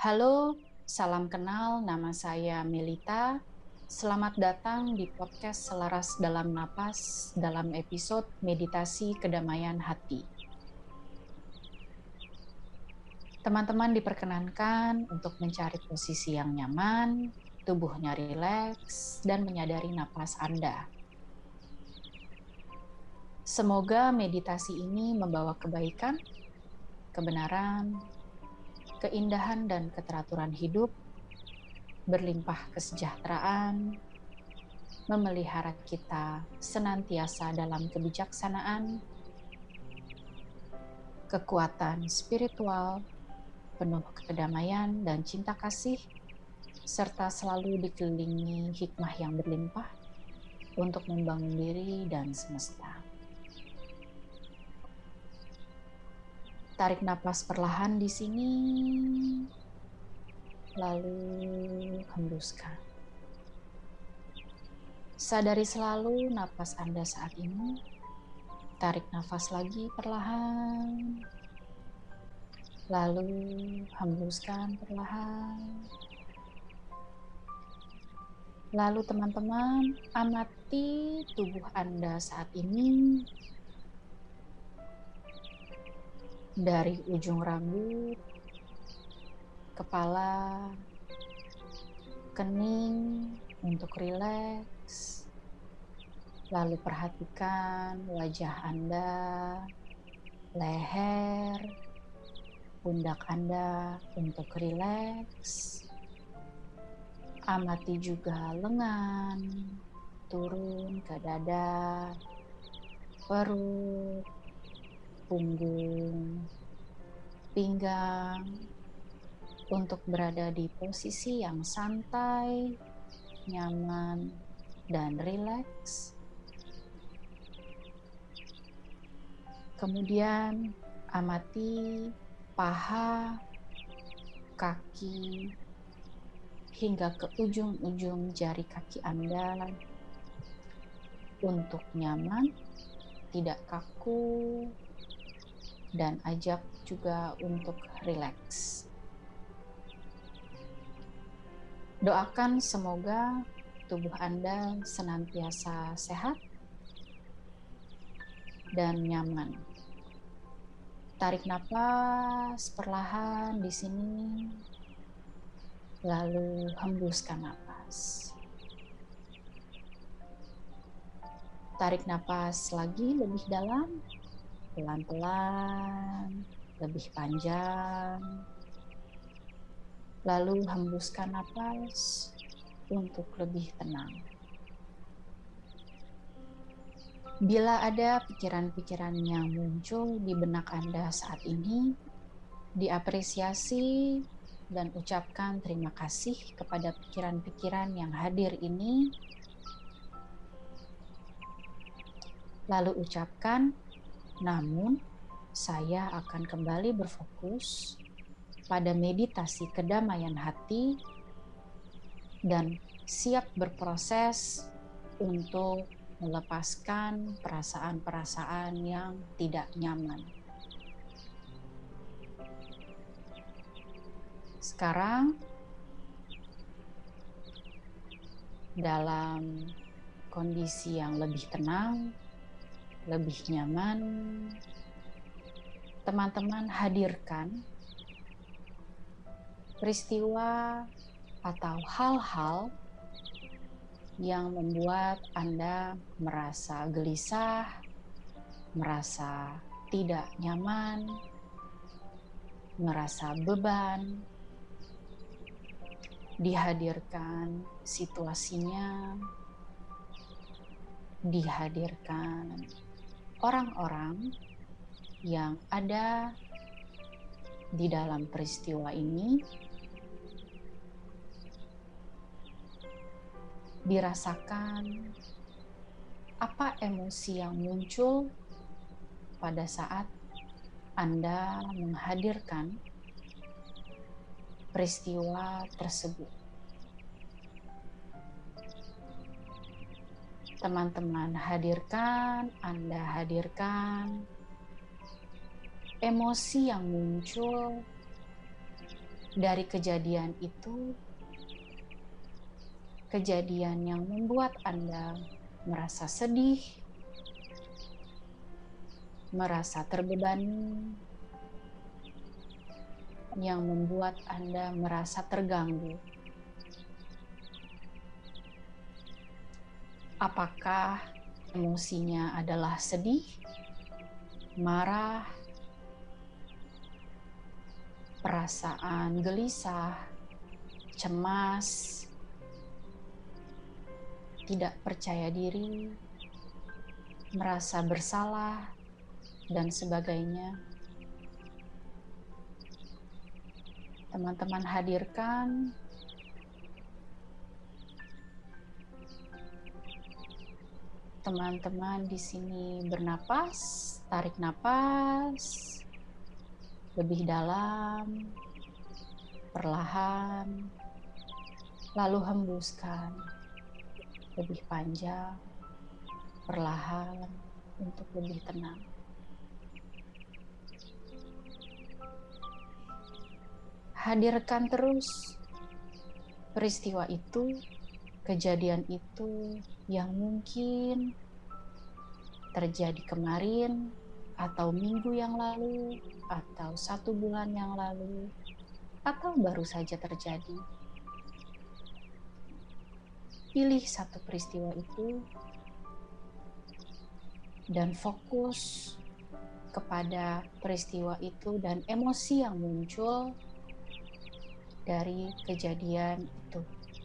Halo, salam kenal. Nama saya Melita. Selamat datang di podcast Selaras Dalam Napas dalam episode Meditasi Kedamaian Hati. Teman-teman diperkenankan untuk mencari posisi yang nyaman, tubuhnya rileks, dan menyadari napas Anda. Semoga meditasi ini membawa kebaikan, kebenaran, keindahan, dan keteraturan hidup, berlimpah kesejahteraan, memelihara kita senantiasa dalam kebijaksanaan, kekuatan spiritual, penuh kedamaian dan cinta kasih, serta selalu dikelilingi hikmah yang berlimpah untuk membangun diri dan semesta. Tarik napas perlahan di sini, lalu hembuskan. Sadari selalu napas Anda saat ini. Tarik nafas lagi perlahan, lalu hembuskan perlahan. Lalu teman-teman, amati tubuh Anda saat ini dari ujung rambut, kepala, kening untuk rileks. Lalu perhatikan wajah Anda, leher, pundak Anda untuk rileks. Amati juga lengan, turun ke dada, perut, punggung, pinggang, untuk berada di posisi yang santai, nyaman, dan rileks. Kemudian amati paha, kaki, hingga ke ujung-ujung jari kaki Anda untuk nyaman, tidak kaku, dan ajak juga untuk rileks. Doakan semoga tubuh Anda senantiasa sehat dan nyaman. Tarik napas perlahan di sini, lalu hembuskan napas. Tarik napas lagi lebih dalam, pelan-pelan, lebih panjang. Lalu hembuskan napas untuk lebih tenang. Bila ada pikiran-pikiran yang muncul di benak Anda saat ini, diapresiasi dan ucapkan terima kasih kepada pikiran-pikiran yang hadir ini. Lalu ucapkan, namun saya akan kembali berfokus pada meditasi kedamaian hati dan siap berproses untuk melepaskan perasaan-perasaan yang tidak nyaman. Sekarang, dalam kondisi yang lebih tenang, lebih nyaman, teman-teman hadirkan peristiwa atau hal-hal yang membuat Anda merasa gelisah, merasa tidak nyaman, merasa beban. Dihadirkan situasinya, dihadirkan orang-orang yang ada di dalam peristiwa ini, dirasakan apa emosi yang muncul pada saat Anda menghadirkan peristiwa tersebut. Teman-teman hadirkan, Anda hadirkan emosi yang muncul dari kejadian itu, kejadian yang membuat Anda merasa sedih, merasa terbebani, yang membuat Anda merasa terganggu. Apakah emosinya adalah sedih, marah, perasaan gelisah, cemas, tidak percaya diri, merasa bersalah, dan sebagainya? Teman-teman hadirkan teman-teman di sini bernapas, tarik napas lebih dalam, perlahan, lalu hembuskan lebih panjang, perlahan, untuk lebih tenang. Hadirkan terus peristiwa itu, kejadian itu yang mungkin terjadi kemarin, atau minggu yang lalu, atau 1 bulan yang lalu, atau baru saja terjadi. Pilih satu peristiwa itu dan fokus kepada peristiwa itu dan emosi yang muncul dari kejadian itu.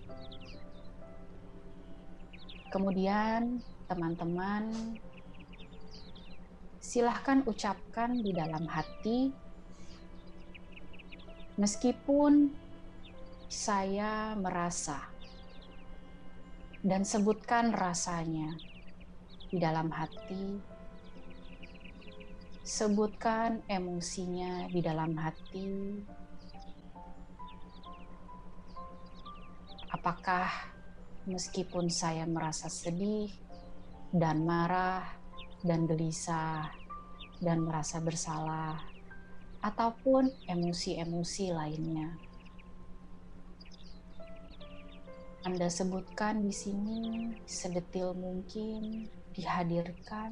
Kemudian teman-teman silahkan ucapkan di dalam hati, meskipun saya merasa, dan sebutkan rasanya di dalam hati, sebutkan emosinya di dalam hati. Apakah meskipun saya merasa sedih dan marah dan gelisah dan merasa bersalah, ataupun emosi-emosi lainnya, Anda sebutkan di sini sedetil mungkin, dihadirkan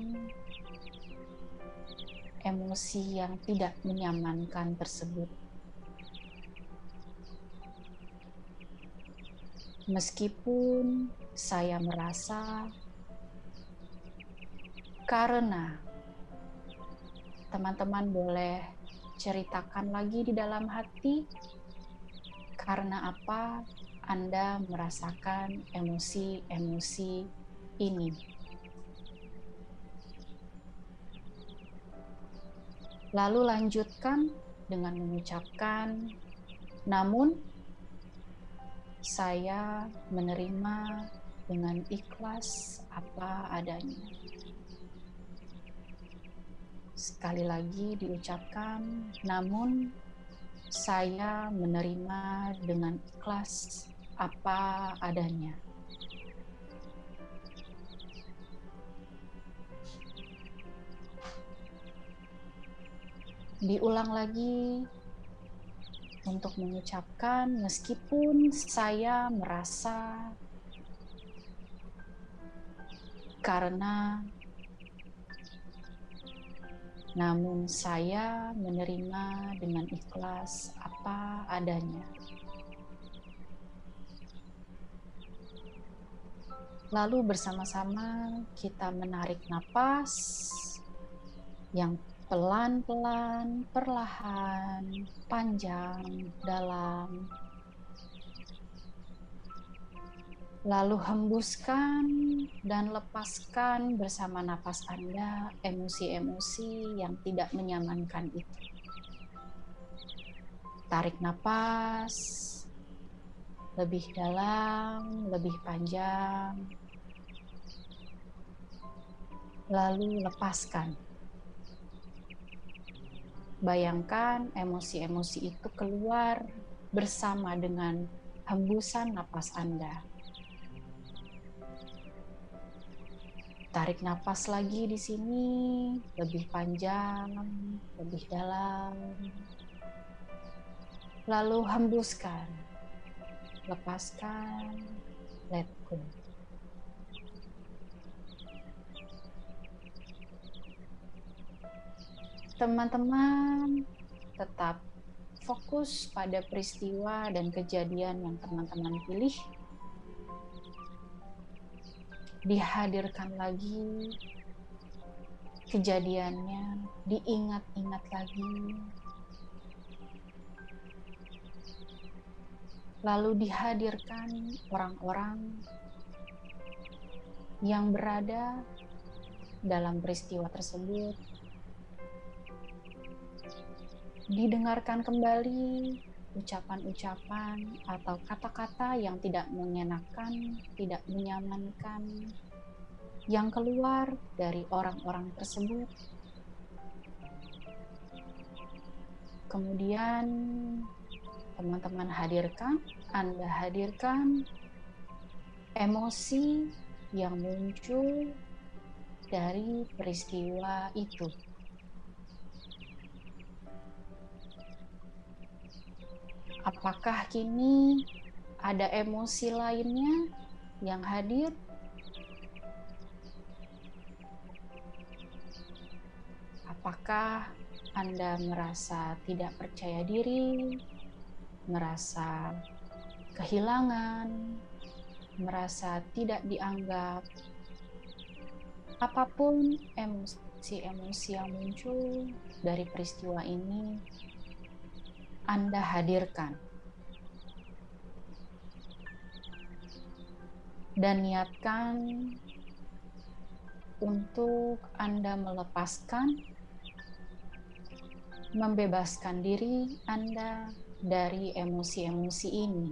emosi yang tidak menyamankan tersebut. Meskipun saya merasa, karena teman-teman boleh ceritakan lagi di dalam hati, karena apa Anda merasakan emosi-emosi ini. Lalu lanjutkan dengan mengucapkan, namun saya menerima dengan ikhlas apa adanya. Sekali lagi diucapkan, namun saya menerima dengan ikhlas apa adanya. Diulang lagi untuk mengucapkan, meskipun saya merasa, karena, namun saya menerima dengan ikhlas apa adanya. Lalu bersama-sama kita menarik napas yang pelan-pelan, perlahan, panjang, dalam. Lalu hembuskan dan lepaskan bersama napas Anda emosi-emosi yang tidak menyamankan itu. Tarik napas lebih dalam, lebih panjang. Lalu lepaskan. Bayangkan emosi-emosi itu keluar bersama dengan hembusan napas Anda. Tarik napas lagi di sini, lebih panjang, lebih dalam. Lalu hembuskan, lepaskan, let go. Teman-teman tetap fokus pada peristiwa dan kejadian yang teman-teman pilih. Dihadirkan lagi kejadiannya, diingat-ingat lagi. Lalu dihadirkan orang-orang yang berada dalam peristiwa tersebut. Didengarkan kembali ucapan-ucapan atau kata-kata yang tidak mengenakan, tidak menyamankan, yang keluar dari orang-orang tersebut. Kemudian teman-teman hadirkan, Anda hadirkan emosi yang muncul dari peristiwa itu. Apakah kini ada emosi lainnya yang hadir? Apakah Anda merasa tidak percaya diri, merasa kehilangan, merasa tidak dianggap? Apapun emosi-emosi yang muncul dari peristiwa ini, Anda hadirkan. Dan niatkan untuk Anda melepaskan, membebaskan diri Anda dari emosi-emosi ini.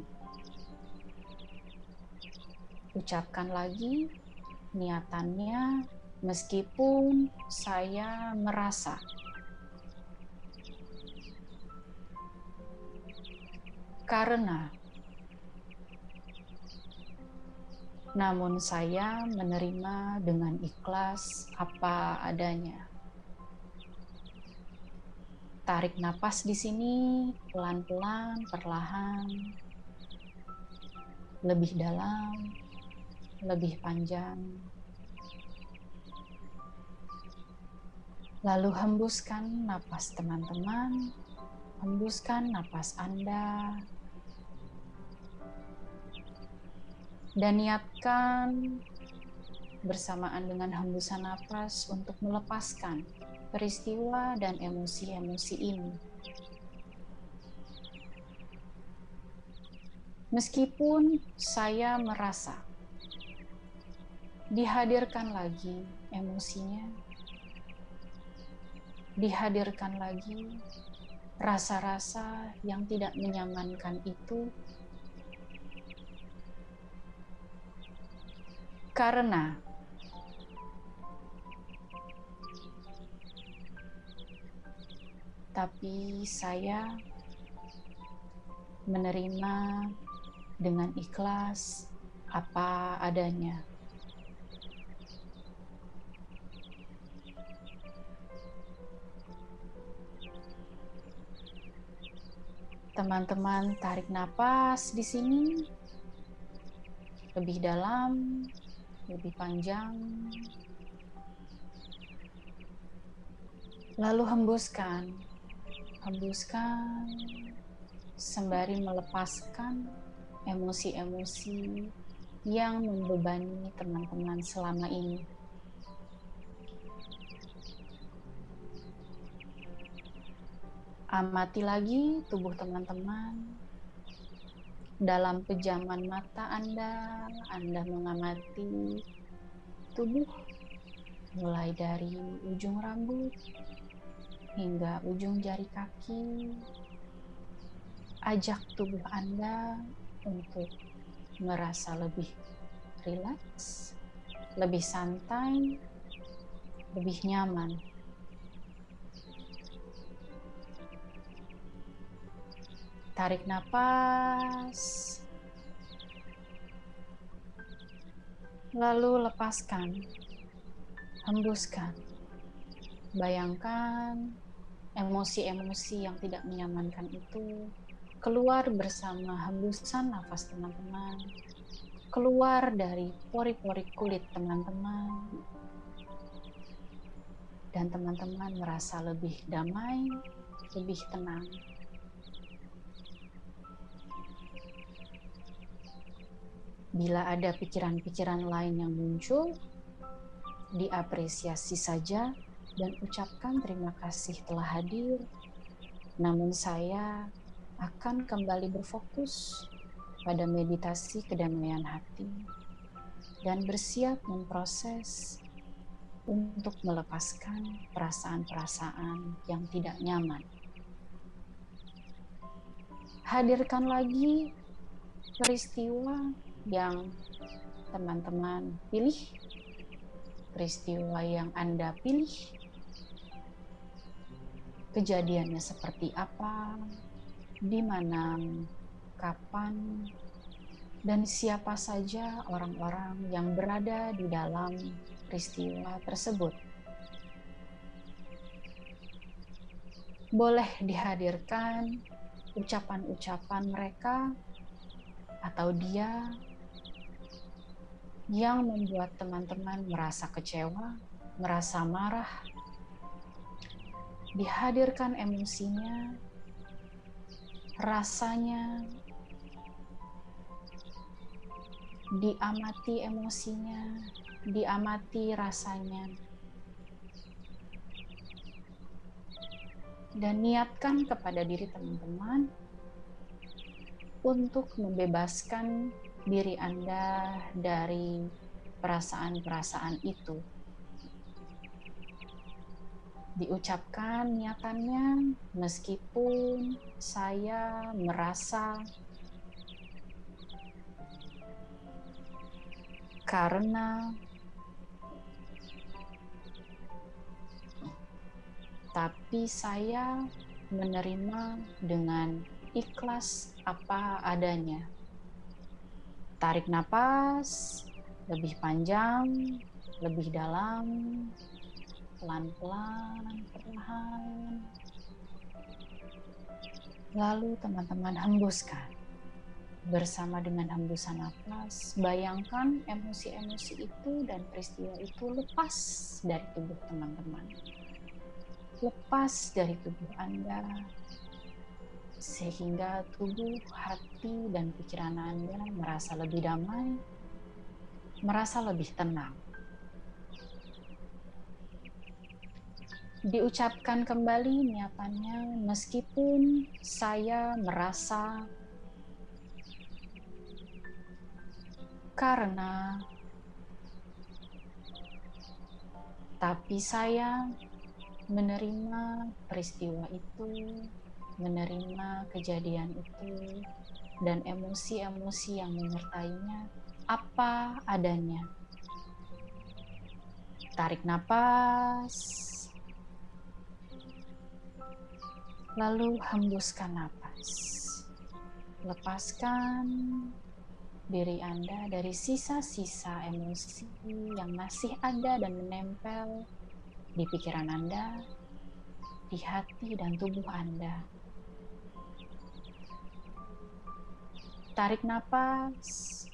Ucapkan lagi niatannya, meskipun saya merasa. Karena, namun saya menerima dengan ikhlas apa adanya. Tarik napas di sini pelan-pelan, perlahan, lebih dalam, lebih panjang. Lalu hembuskan napas teman-teman, hembuskan napas Anda, dan niatkan bersamaan dengan hembusan napas untuk melepaskan peristiwa dan emosi-emosi ini. Meskipun saya merasa, dihadirkan lagi emosinya, dihadirkan lagi rasa-rasa yang tidak menyamankan itu, karena tapi saya menerima dengan ikhlas apa adanya. Teman-teman tarik napas di sini lebih dalam, lebih panjang. Lalu hembuskan, hembuskan sembari melepaskan emosi-emosi yang membebani teman-teman selama ini. Amati lagi tubuh teman-teman. Dalam pejaman mata Anda mengamati tubuh mulai dari ujung rambut hingga ujung jari kaki. Ajak tubuh Anda untuk merasa lebih rileks, lebih santai, lebih nyaman. Tarik napas, lalu lepaskan, hembuskan. Bayangkan emosi-emosi yang tidak menyamankan itu keluar bersama hembusan nafas teman-teman, keluar dari pori-pori kulit teman-teman, dan teman-teman merasa lebih damai, lebih tenang. Bila ada pikiran-pikiran lain yang muncul, diapresiasi saja dan ucapkan terima kasih telah hadir. Namun saya akan kembali berfokus pada meditasi kedamaian hati dan bersiap memproses untuk melepaskan perasaan-perasaan yang tidak nyaman. Hadirkan lagi peristiwa yang teman-teman pilih, peristiwa yang Anda pilih, kejadiannya seperti apa, di mana, kapan, dan siapa saja orang-orang yang berada di dalam peristiwa tersebut. Boleh dihadirkan ucapan-ucapan mereka atau dia yang membuat teman-teman merasa kecewa, merasa marah. Dihadirkan emosinya, rasanya, diamati emosinya, diamati rasanya, dan niatkan kepada diri teman-teman untuk membebaskan diri Anda dari perasaan-perasaan itu. Diucapkan niatannya, meskipun saya merasa karena, tapi saya menerima dengan ikhlas apa adanya. Tarik napas lebih panjang, lebih dalam, pelan-pelan, perlahan. Lalu teman-teman hembuskan. Bersama dengan hembusan napas, bayangkan emosi-emosi itu dan peristiwa itu lepas dari tubuh teman-teman. Lepas dari tubuh Anda, sehingga tubuh, hati, dan pikiran Anda merasa lebih damai, merasa lebih tenang. Diucapkan kembali niatannya, meskipun saya merasa karena, tapi saya menerima peristiwa itu, menerima kejadian itu, dan emosi-emosi yang menyertainya apa adanya. Tarik napas, lalu hembuskan napas. Lepaskan diri Anda dari sisa-sisa emosi yang masih ada dan menempel di pikiran Anda, di hati dan tubuh Anda. Tarik napas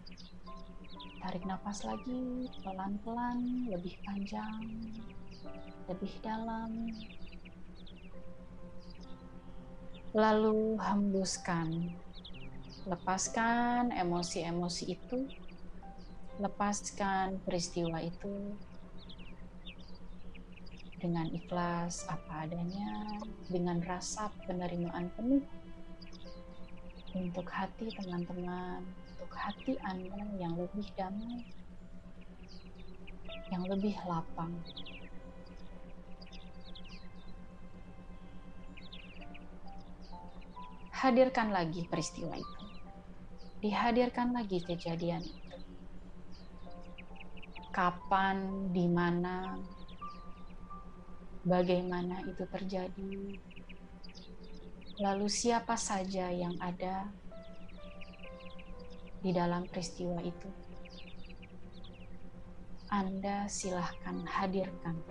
lagi, pelan-pelan, lebih panjang, lebih dalam. Lalu hembuskan. Lepaskan emosi-emosi itu, lepaskan peristiwa itu dengan ikhlas apa adanya, dengan rasa penerimaan penuh untuk hati teman-teman, untuk hati Anda yang lebih damai, yang lebih lapang. Hadirkan lagi peristiwa itu. Dihadirkan lagi kejadian itu. Kapan, di mana, bagaimana itu terjadi. Lalu siapa saja yang ada di dalam peristiwa itu. Anda silahkan hadirkan.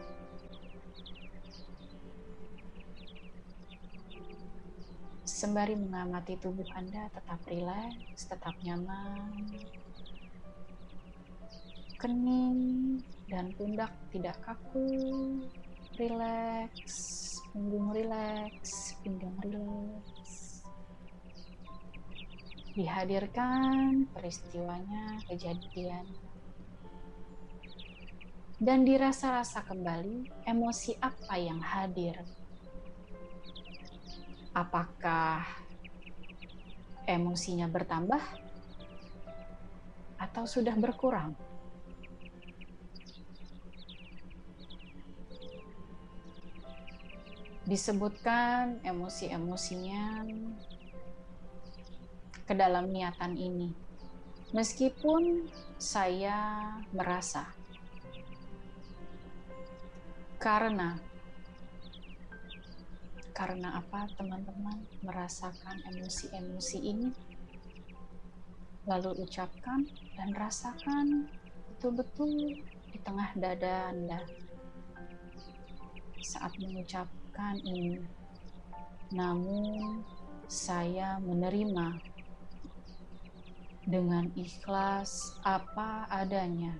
Sembari mengamati tubuh Anda tetap rileks, tetap nyaman. Kening dan pundak tidak kaku, rileks, punggung rileks, pinggang rileks. Dihadirkan peristiwanya, kejadian. Dan dirasa-rasa kembali emosi apa yang hadir. Apakah emosinya bertambah atau sudah berkurang? Disebutkan emosi-emosinya ke dalam niatan ini. Meskipun saya merasa, karena apa teman-teman merasakan emosi-emosi ini? Lalu ucapkan dan rasakan betul-betul di tengah dada Anda saat mengucapkan ini. Namun saya menerima dengan ikhlas apa adanya.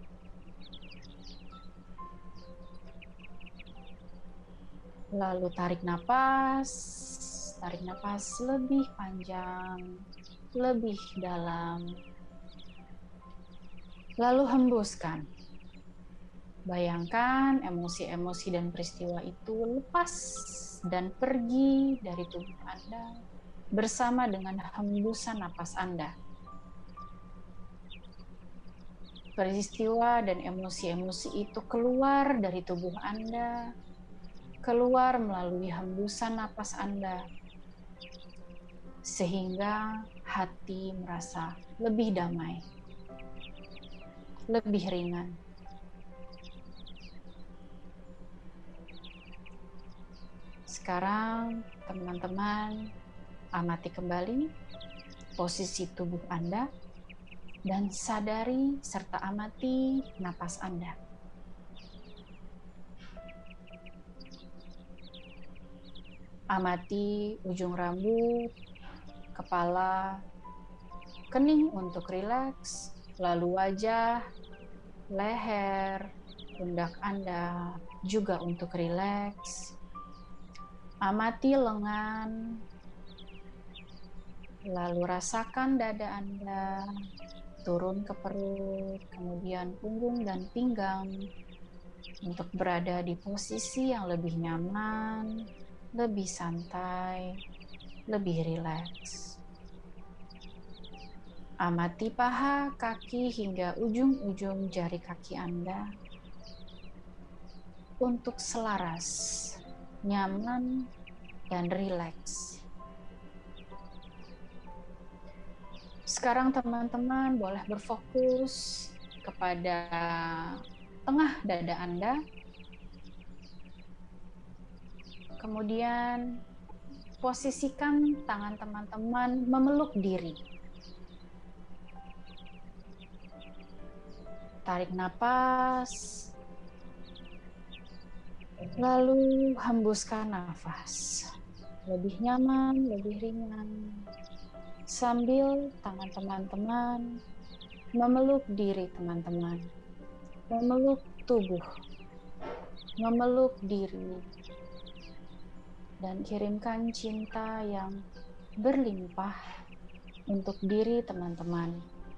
Lalu tarik napas lebih panjang, lebih dalam. Lalu hembuskan. Bayangkan emosi-emosi dan peristiwa itu lepas dan pergi dari tubuh Anda bersama dengan hembusan napas Anda. Peristiwa dan emosi-emosi itu keluar dari tubuh Anda, keluar melalui hembusan napas Anda, sehingga hati merasa lebih damai, lebih ringan. Sekarang teman-teman amati kembali posisi tubuh Anda dan sadari serta amati napas Anda. Amati ujung rambut, kepala, kening untuk rileks, lalu wajah, leher, pundak Anda juga untuk rileks. Amati lengan, lalu rasakan dada Anda, turun ke perut, kemudian punggung dan pinggang untuk berada di posisi yang lebih nyaman, lebih santai, lebih rileks. Amati paha, kaki, hingga ujung-ujung jari kaki Anda untuk selaras, nyaman, dan rileks. Sekarang teman-teman boleh berfokus kepada tengah dada Anda. Kemudian posisikan tangan teman-teman memeluk diri. Tarik napas, lalu hembuskan nafas. Lebih nyaman, lebih ringan. Sambil tangan teman-teman memeluk diri teman-teman, memeluk tubuh, memeluk diri, dan kirimkan cinta yang berlimpah untuk diri teman-teman.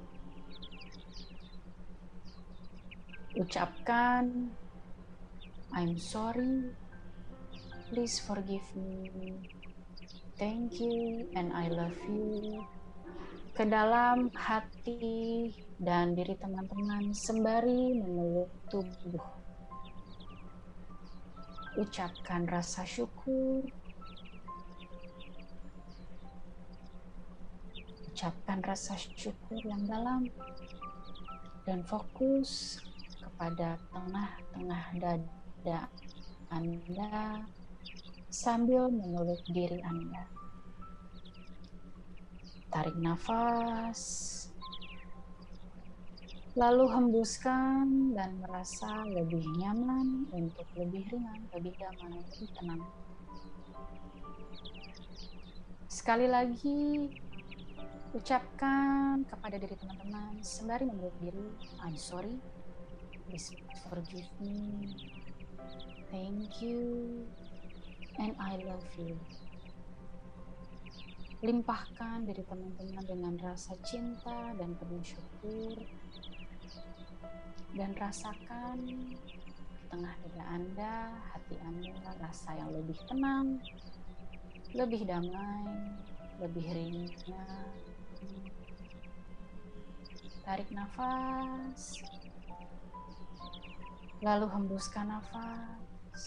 Ucapkan, I'm sorry, please forgive me, thank you, and I love you, ke dalam hati dan diri teman-teman sembari memeluk tubuh. Ucapkan rasa syukur, ucapkan rasa syukur yang dalam, dan fokus kepada tengah-tengah dada Anda sambil memeluk diri Anda. Tarik nafas, lalu hembuskan dan merasa lebih nyaman untuk lebih ringan, lebih damai, lebih tenang. Sekali lagi, ucapkan kepada diri teman-teman sembari memeluk diri, I'm sorry, please forgive me, thank you, and I love you. Limpahkan diri teman-teman dengan rasa cinta dan penuh syukur, dan rasakan di tengah dada Anda, hati Anda, rasa yang lebih tenang, lebih damai, lebih ringan. Tarik nafas, lalu hembuskan nafas.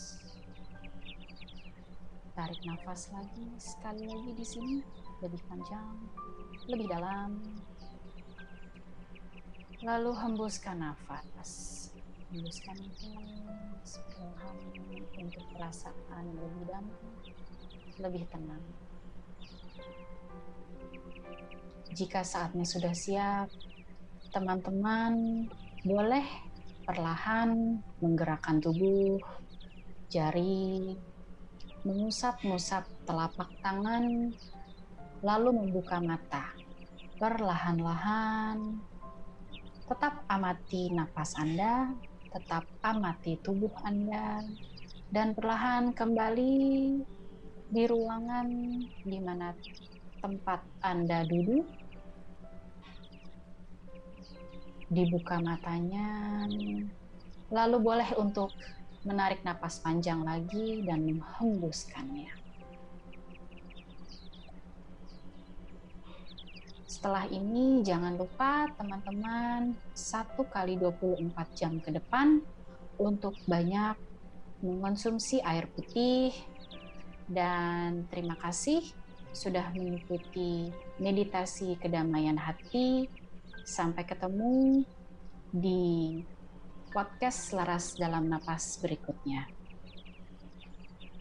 Tarik nafas lagi, sekali lagi di sini, lebih panjang, lebih dalam. Lalu hembuskan nafas. Hembuskan nafas perlahan untuk perasaan yang lebih damai, lebih tenang. Jika saatnya sudah siap, teman-teman boleh perlahan menggerakkan tubuh, jari, mengusap-ngusap telapak tangan, lalu membuka mata. Perlahan-lahan, tetap amati napas Anda, tetap amati tubuh Anda, dan perlahan kembali di ruangan di mana tempat Anda duduk. Dibuka matanya, lalu boleh untuk menarik napas panjang lagi dan menghembuskannya. Setelah ini jangan lupa teman-teman 1 kali 24 jam ke depan untuk banyak mengonsumsi air putih, dan terima kasih sudah mengikuti meditasi kedamaian hati. Sampai ketemu di podcast Laras Dalam Napas berikutnya.